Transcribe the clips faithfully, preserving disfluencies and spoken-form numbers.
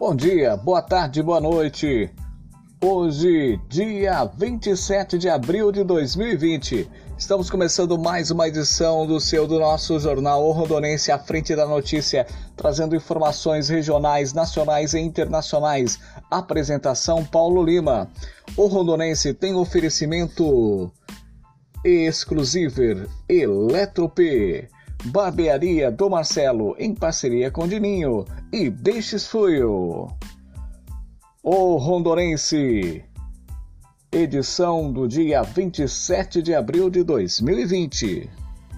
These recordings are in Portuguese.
Bom dia, boa tarde, boa noite. Hoje, dia vinte e sete de abril de dois mil e vinte, estamos começando mais uma edição do seu, do nosso jornal O Rondonense à frente da notícia, trazendo informações regionais, nacionais e internacionais. Apresentação Paulo Lima. O Rondonense tem oferecimento exclusivo Eletrop, Barbearia do Marcelo, em parceria com Dininho, e Deixes Fuio. O Rondonense, edição do dia vinte e sete de abril de dois mil e vinte.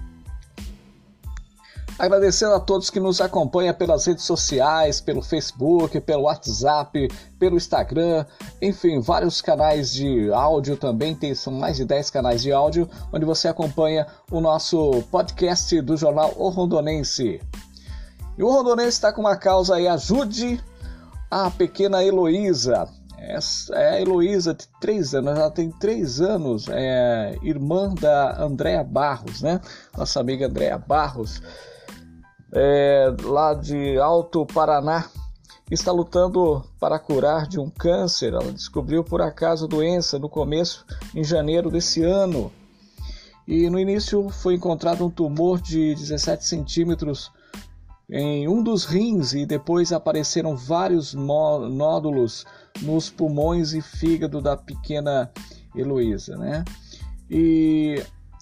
Agradecendo a todos que nos acompanham pelas redes sociais, pelo Facebook, pelo WhatsApp, pelo Instagram, enfim, vários canais de áudio também, tem, são mais de dez canais de áudio, onde você acompanha o nosso podcast do jornal O Rondonense. E o Rondonense está com uma causa aí, ajude a pequena Heloísa. Essa é a Heloísa de três anos, ela tem três anos, é irmã da Andréa Barros, né? Nossa amiga Andréa Barros. É, lá de Alto Paraná, está lutando para curar de um câncer. Ela descobriu por acaso a doença no começo, em janeiro desse ano, e no início foi encontrado um tumor de dezessete centímetros em um dos rins, e depois apareceram vários nódulos nos pulmões e fígado da pequena Heloísa, né? E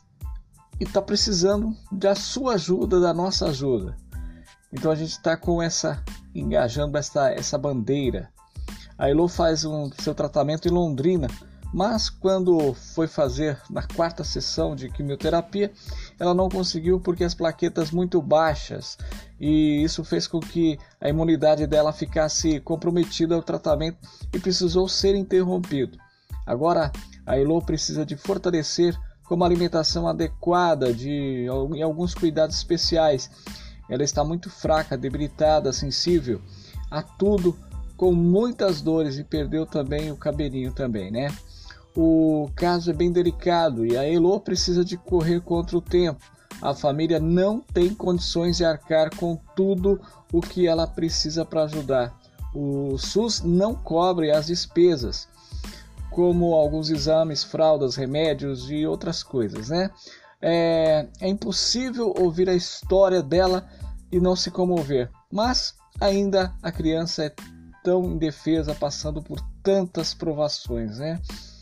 está precisando da sua ajuda, da nossa ajuda. Então a gente está com essa, engajando essa, essa bandeira. A Elo faz um seu tratamento em Londrina, mas quando foi fazer na quarta sessão de quimioterapia, ela não conseguiu porque as plaquetas muito baixas, e isso fez com que a imunidade dela ficasse comprometida ao tratamento e precisou ser interrompido. Agora a Elo precisa de fortalecer com uma alimentação adequada, de, em alguns cuidados especiais. Ela está muito fraca, debilitada, sensível a tudo, com muitas dores, e perdeu também o cabelinho também, né? O caso é bem delicado e a Elo precisa de correr contra o tempo. A família não tem condições de arcar com tudo o que ela precisa para ajudar. O SUS não cobre as despesas, como alguns exames, fraldas, remédios e outras coisas, né? É, é impossível ouvir a história dela e não se comover, mas ainda a criança é tão indefesa, passando por tantas provações, né?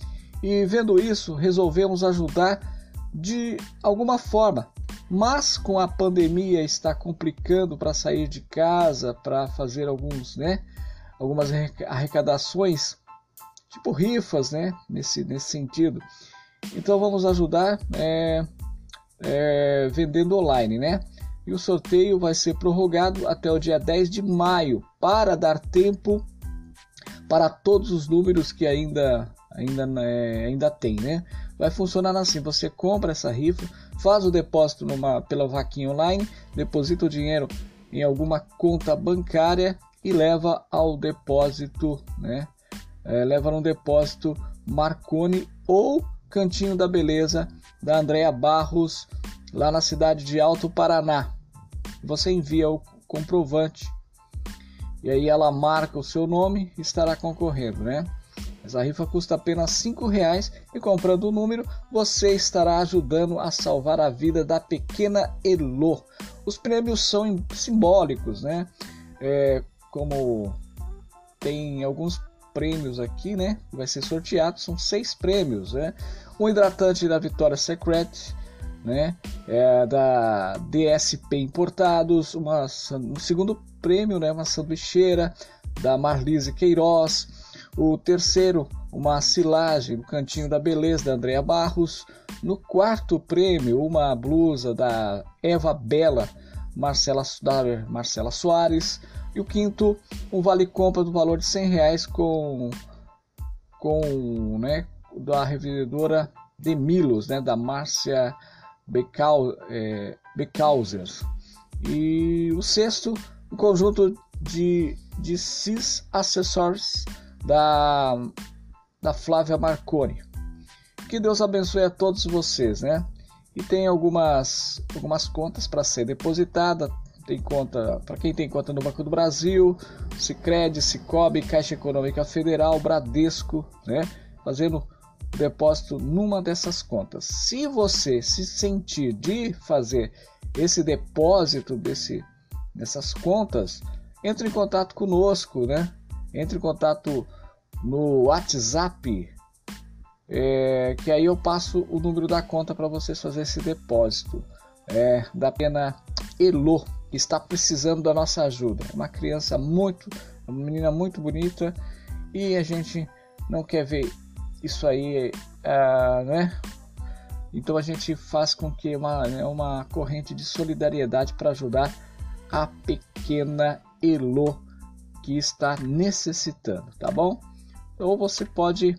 E vendo isso, resolvemos ajudar de alguma forma, mas com a pandemia está complicando para sair de casa, para fazer alguns, né, algumas arrecadações, tipo rifas, né, nesse, nesse sentido. Então vamos ajudar é, é, vendendo online, né? E o sorteio vai ser prorrogado até o dia dez de maio, para dar tempo para todos os números que ainda, ainda, é, ainda tem, né? Vai funcionar assim: você compra essa rifa, faz o depósito numa, pela vaquinha online, deposita o dinheiro em alguma conta bancária e leva ao depósito, né? É, leva no depósito Marconi ou Cantinho da Beleza da Andréa Barros, lá na cidade de Alto Paraná. Você envia o comprovante e aí ela marca o seu nome e estará concorrendo, né? Essa rifa custa apenas cinco reais e, comprando o número, você estará ajudando a salvar a vida da pequena Elo. Os prêmios são simbólicos, né? É, como tem alguns prêmios aqui, né? Vai ser sorteado, são seis prêmios, né? Um hidratante da Vitória Secret, né? É, da D S P Importados, uma, um segundo prêmio, né? Uma sanduicheira da Marlise Queiroz. O terceiro, uma silagem do Cantinho da Beleza da Andréa Barros. No quarto prêmio, uma blusa da Eva Bela Marcela, da Marcela Soares. E o quinto, um vale-compra do valor de cem reais com, com, né, da revendedora de Milos, né, da Márcia Beckau, é, Beckhauser. E o sexto, um conjunto de, de Cis Accessories da, da Flávia Marconi. Que Deus abençoe a todos vocês, né? E tem algumas, algumas contas para ser depositada, tem conta, para quem tem conta no Banco do Brasil, Sicredi, Sicobi, Caixa Econômica Federal, Bradesco, né? Fazendo depósito numa dessas contas. Se você se sentir de fazer esse depósito desse, dessas contas, entre em contato conosco, né? Entre em contato no WhatsApp, é, que aí eu passo o número da conta para vocês fazerem esse depósito. É, da pena Elo, que está precisando da nossa ajuda. É uma criança muito, uma menina muito bonita, e a gente não quer ver isso aí, uh, né? Então a gente faz com que uma, né, uma corrente de solidariedade para ajudar a pequena Elo, que está necessitando, tá bom? Ou você pode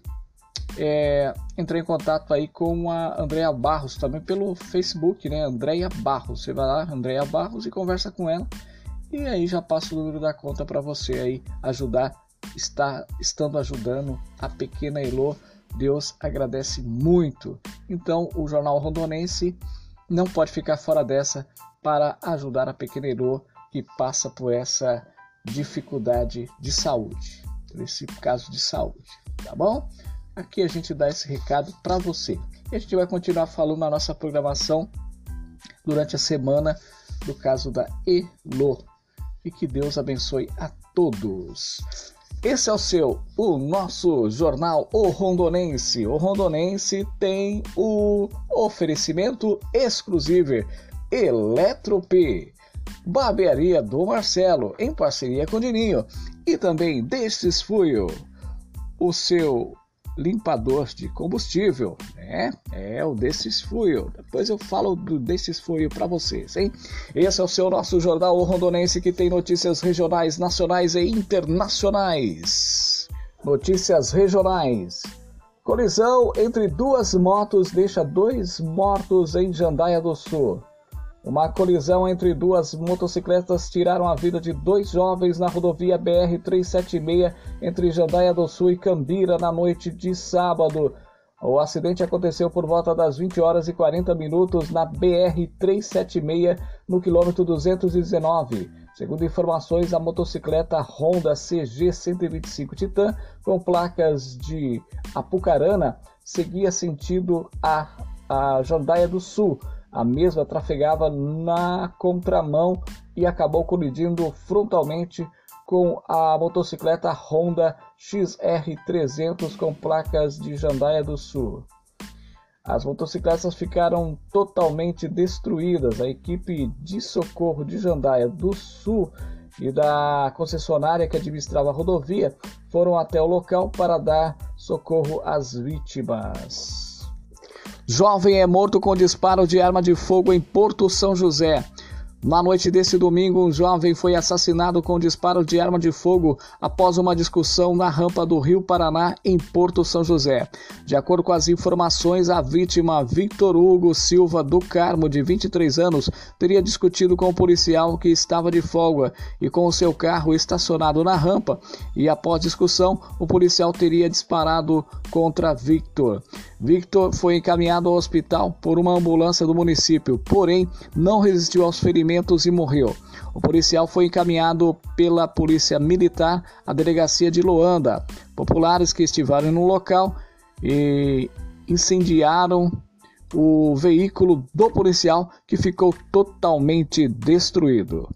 é, entrar em contato aí com a Andréia Barros, também pelo Facebook, né? Andréia Barros, você vai lá, Andréia Barros, e conversa com ela, e aí já passa o número da conta para você aí ajudar, está estando ajudando a pequena Elo. Deus agradece muito. Então o Jornal Rondonense não pode ficar fora dessa para ajudar a pequena Elo, que passa por essa dificuldade de saúde, esse caso de saúde, tá bom? Aqui a gente dá esse recado para você. E a gente vai continuar falando na nossa programação durante a semana do caso da Elo. E que Deus abençoe a todos. Esse é o seu, o nosso jornal O Rondonense. O Rondonense tem o oferecimento exclusivo Eletrop, Barbearia do Marcelo, em parceria com o Dininho, e também Destes Fuel, o seu limpador de combustível, né? É o Destes Fuel. Depois eu falo do Destes Fuel para vocês, hein? Esse é o seu nosso jornal O Rondonense, que tem notícias regionais, nacionais e internacionais. Notícias regionais. Colisão entre duas motos deixa dois mortos em Jandaia do Sul. Uma colisão entre duas motocicletas tiraram a vida de dois jovens na rodovia B R trezentos e setenta e seis entre Jandaia do Sul e Cambira na noite de sábado. O acidente aconteceu por volta das vinte horas e quarenta minutos na B R trezentos e setenta e seis no quilômetro duzentos e dezenove. Segundo informações, a motocicleta Honda C G cento e vinte e cinco Titan, com placas de Apucarana, seguia sentido a, a Jandaia do Sul. A mesma trafegava na contramão e acabou colidindo frontalmente com a motocicleta Honda X R trezentos com placas de Jandaia do Sul. As motocicletas ficaram totalmente destruídas. A equipe de socorro de Jandaia do Sul e da concessionária que administrava a rodovia foram até o local para dar socorro às vítimas. Jovem é morto com disparo de arma de fogo em Porto São José. Na noite desse domingo, um jovem foi assassinado com disparo de arma de fogo após uma discussão na rampa do Rio Paraná, em Porto São José. De acordo com as informações, a vítima, Victor Hugo Silva do Carmo, de vinte e três anos, teria discutido com o policial que estava de folga e com o seu carro estacionado na rampa, e após discussão, o policial teria disparado contra Victor. Victor foi encaminhado ao hospital por uma ambulância do município, porém não resistiu aos ferimentos e morreu. O policial foi encaminhado pela Polícia Militar à delegacia de Loanda. Populares que estiveram no local e incendiaram o veículo do policial, que ficou totalmente destruído.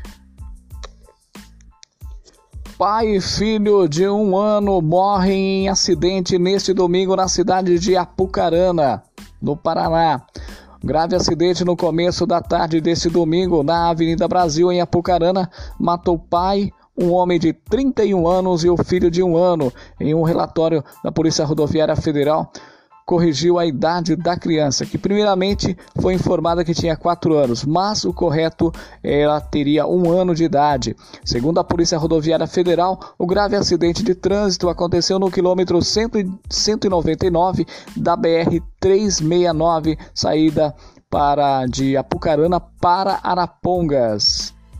Pai e filho de um ano morrem em acidente neste domingo na cidade de Apucarana, no Paraná. Grave acidente no começo da tarde deste domingo na Avenida Brasil, em Apucarana, matou pai, um homem de trinta e um anos e o filho de um ano. Em um relatório da Polícia Rodoviária Federal, corrigiu a idade da criança, que primeiramente foi informada que tinha quatro anos, mas o correto, ela teria um ano de idade. Segundo a Polícia Rodoviária Federal, o grave acidente de trânsito aconteceu no quilômetro cento e noventa e nove da B R trezentos e sessenta e nove, saída para, de Apucarana para Arapongas.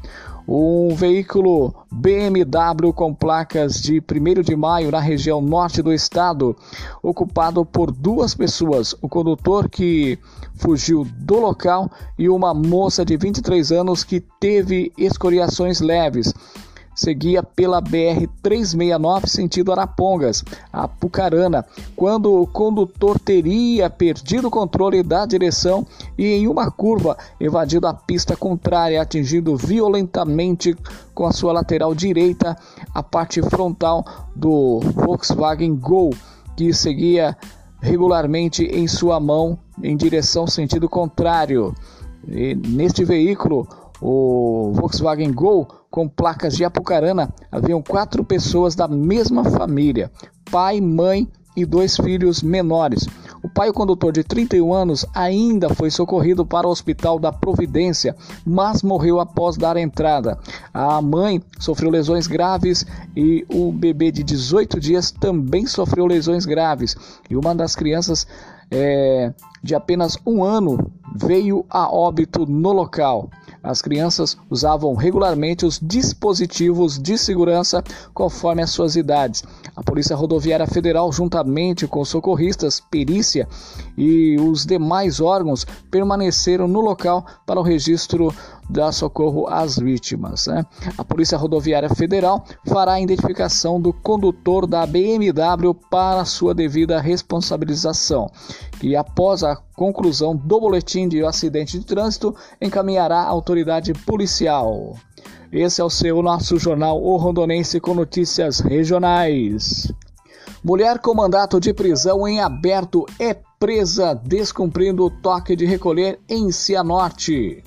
Um veículo B M W com placas de primeiro de maio na região norte do estado, ocupado por duas pessoas, o condutor que fugiu do local e uma moça de vinte e três anos que teve escoriações leves. Seguia pela B R trezentos e sessenta e nove sentido Arapongas, Apucarana, quando o condutor teria perdido o controle da direção e em uma curva evadido a pista contrária, atingindo violentamente com a sua lateral direita a parte frontal do Volkswagen Gol, que seguia regularmente em sua mão em direção sentido contrário. E neste veículo, o Volkswagen Gol, com placas de Apucarana, haviam quatro pessoas da mesma família, pai, mãe e dois filhos menores. O pai, o condutor de trinta e um anos, ainda foi socorrido para o Hospital da Providência, mas morreu após dar entrada. A mãe sofreu lesões graves e o bebê de dezoito dias também sofreu lesões graves. E uma das crianças é, de apenas um ano veio a óbito no local. As crianças usavam regularmente os dispositivos de segurança conforme as suas idades. A Polícia Rodoviária Federal, juntamente com os socorristas, perícia e os demais órgãos, permaneceram no local para o registro da socorro às vítimas, né? A Polícia Rodoviária Federal fará a identificação do condutor da B M W para sua devida responsabilização e, após a conclusão do boletim de acidente de trânsito, encaminhará a autoridade policial. Esse é o seu nosso jornal O Rondonense com notícias regionais. Mulher com mandato de prisão em aberto é presa descumprindo o toque de recolher em Cianorte.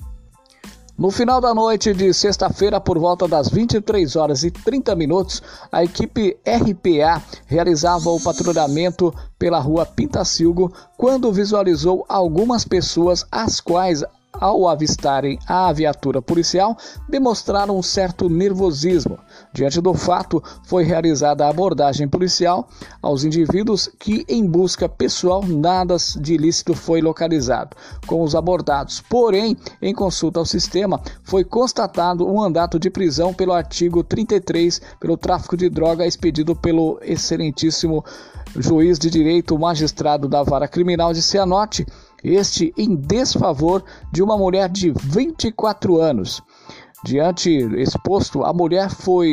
No final da noite de sexta-feira, por volta das vinte e três horas e trinta minutos, a equipe R P A realizava o patrulhamento pela rua Pintacilgo quando visualizou algumas pessoas as quais, ao avistarem a viatura policial, demonstraram um certo nervosismo. Diante do fato, foi realizada a abordagem policial aos indivíduos que, em busca pessoal, nada de ilícito foi localizado com os abordados. Porém, em consulta ao sistema, foi constatado um mandato de prisão pelo artigo trinta e três, pelo tráfico de droga, expedido pelo excelentíssimo juiz de direito, magistrado da Vara Criminal de Cianorte, este em desfavor de uma mulher de vinte e quatro anos. Diante exposto, a mulher foi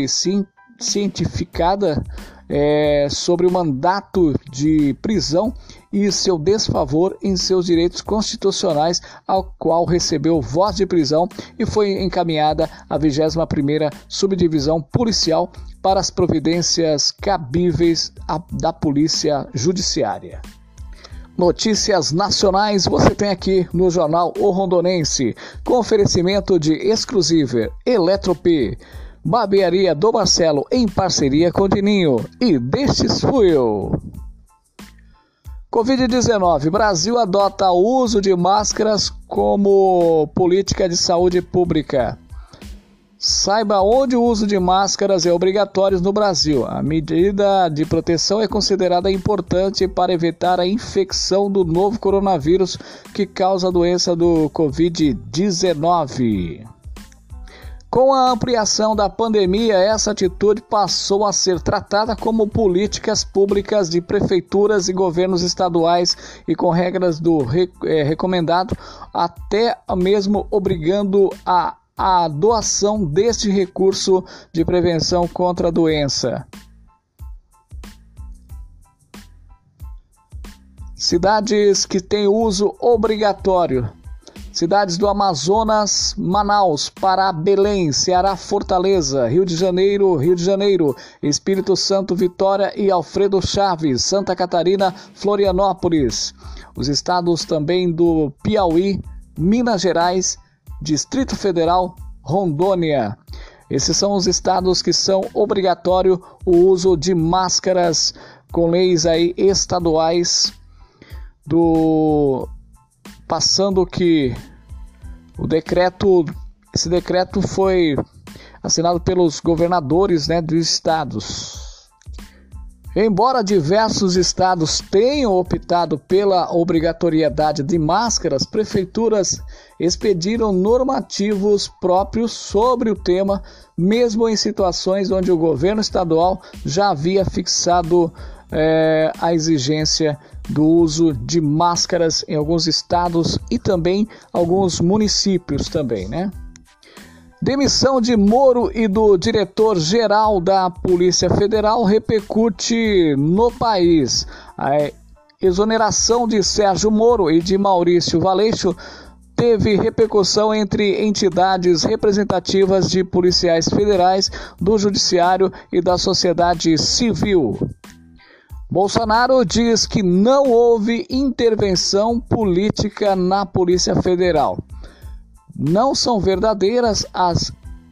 cientificada é, sobre o mandato de prisão e seu desfavor em seus direitos constitucionais, ao qual recebeu voz de prisão e foi encaminhada à vigésima primeira Subdivisão Policial para as providências cabíveis da Polícia Judiciária. Notícias nacionais você tem aqui no Jornal O Rondonense, com oferecimento de Exclusiver, Eletrop, Barbearia do Marcelo em parceria com Dininho e Destes Fuel. covid dezenove, Brasil adota o uso de máscaras como política de saúde pública. Saiba onde o uso de máscaras é obrigatório no Brasil. A medida de proteção é considerada importante para evitar a infecção do novo coronavírus que causa a doença do covid dezenove. Com a ampliação da pandemia, essa atitude passou a ser tratada como políticas públicas de prefeituras e governos estaduais e com regras do é, recomendado, até mesmo obrigando a a doação deste recurso de prevenção contra a doença. Cidades que têm uso obrigatório. Cidades do Amazonas, Manaus, Pará, Belém, Ceará, Fortaleza, Rio de Janeiro, Rio de Janeiro, Espírito Santo, Vitória e Alfredo Chaves, Santa Catarina, Florianópolis. Os estados também do Piauí, Minas Gerais, Distrito Federal, Rondônia. Esses são os estados que são obrigatório o uso de máscaras com leis aí estaduais do passando que o decreto, esse decreto foi assinado pelos governadores, né, dos estados. Embora diversos estados tenham optado pela obrigatoriedade de máscaras, prefeituras expediram normativos próprios sobre o tema, mesmo em situações onde o governo estadual já havia fixado é, a exigência do uso de máscaras em alguns estados e também alguns municípios também, né? Demissão de Moro e do diretor-geral da Polícia Federal repercute no país. A exoneração de Sérgio Moro e de Maurício Valeixo teve repercussão entre entidades representativas de policiais federais, do judiciário e da sociedade civil. Bolsonaro diz que não houve intervenção política na Polícia Federal. Não são verdadeiras as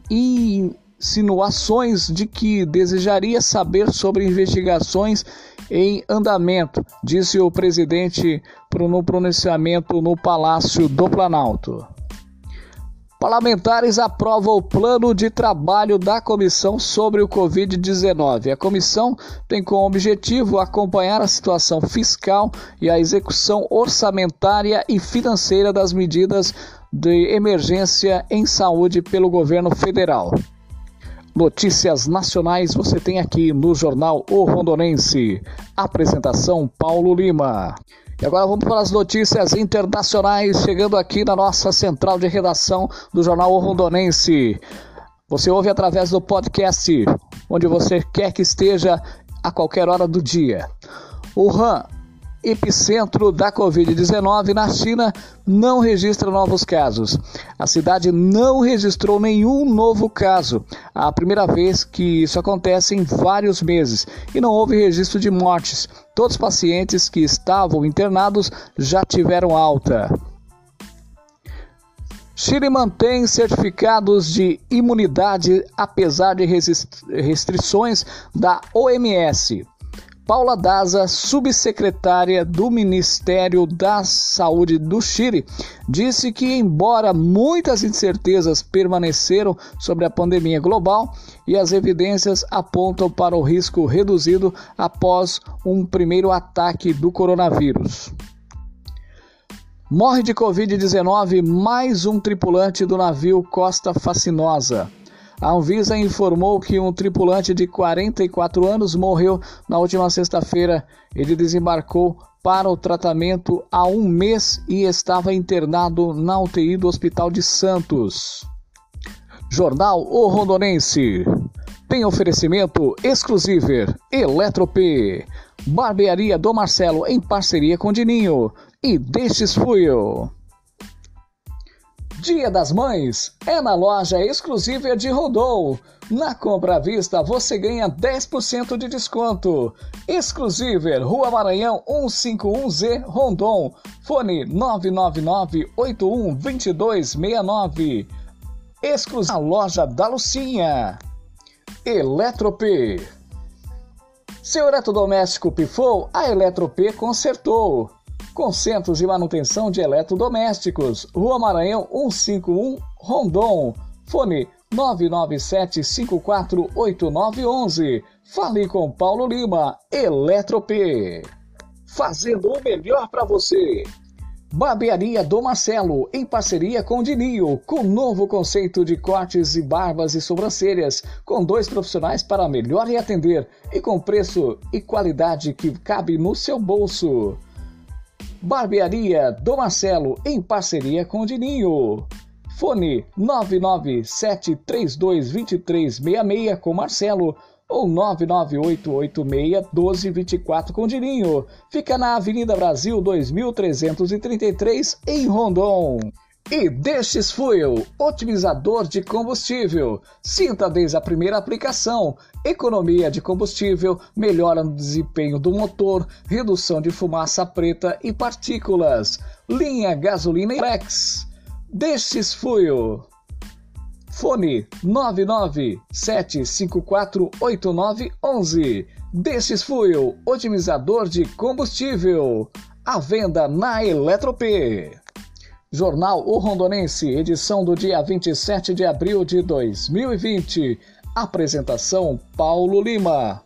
insinuações de que desejaria saber sobre investigações em andamento, disse o presidente no pronunciamento no Palácio do Planalto. Parlamentares aprovam o plano de trabalho da comissão sobre o covid dezenove. A comissão tem como objetivo acompanhar a situação fiscal e a execução orçamentária e financeira das medidas de emergência em saúde pelo governo federal. Notícias nacionais você tem aqui no Jornal O Rondonense. Apresentação Paulo Lima. E agora vamos para as notícias internacionais, chegando aqui na nossa central de redação do Jornal O Rondonense. Você ouve através do podcast, onde você quer que esteja a qualquer hora do dia. Wuhan, epicentro da covid dezenove na China, não registra novos casos. A cidade não registrou nenhum novo caso. A primeira vez que isso acontece em vários meses. E não houve registro de mortes. Todos os pacientes que estavam internados já tiveram alta. Chile mantém certificados de imunidade apesar de restrições da O M S. Paula Daza, subsecretária do Ministério da Saúde do Chile, disse que, embora muitas incertezas permaneceram sobre a pandemia global e as evidências apontam para o risco reduzido após um primeiro ataque do coronavírus. Morre de covid dezenove mais um tripulante do navio Costa Fascinosa. A Anvisa informou que um tripulante de quarenta e quatro anos morreu na última sexta-feira. Ele desembarcou para o tratamento há um mês e estava internado na U T I do Hospital de Santos. Jornal O Rondonense. Tem oferecimento exclusivo Eletro P, Barbearia do Marcelo em parceria com Dininho e Destes Fuel. Dia das Mães é na loja exclusiva de Rondon. Na compra à vista você ganha dez por cento de desconto. Exclusiva, Rua Maranhão cento e cinquenta e um Z, Rondon. Fone nove nove nove, oito um dois dois seis nove. Exclusiva loja da Lucinha. Eletro P. Seu eletrodoméstico pifou? A Eletro P consertou. Com centros de manutenção de eletrodomésticos. Rua Maranhão cento e cinquenta e um, Rondon. Fone nove nove sete cinco quatro oito nove um um. Fale com Paulo Lima, Eletro P. Fazendo o melhor para você. Barbearia do Marcelo, em parceria com o Dininho, com novo conceito de cortes e barbas e sobrancelhas, com dois profissionais para melhor lhe atender e com preço e qualidade que cabe no seu bolso. Barbearia do Marcelo, em parceria com o Dininho. Fone nove nove sete três dois dois três seis seis com Marcelo ou nove nove oito oito seis um dois dois quatro com Dininho. Fica na Avenida Brasil dois mil trezentos e trinta e três, em Rondon. E Destes Fuel, otimizador de combustível. Sinta desde a primeira aplicação. Economia de combustível, melhora no desempenho do motor, redução de fumaça preta e partículas. Linha gasolina e flex. Destes Fuel. Fone nove nove sete cinco quatro oito nove um um. Destes Fuel, otimizador de combustível. À venda na Eletro P. Jornal O Rondonense, edição do dia vinte e sete de abril de dois mil e vinte. Apresentação Paulo Lima.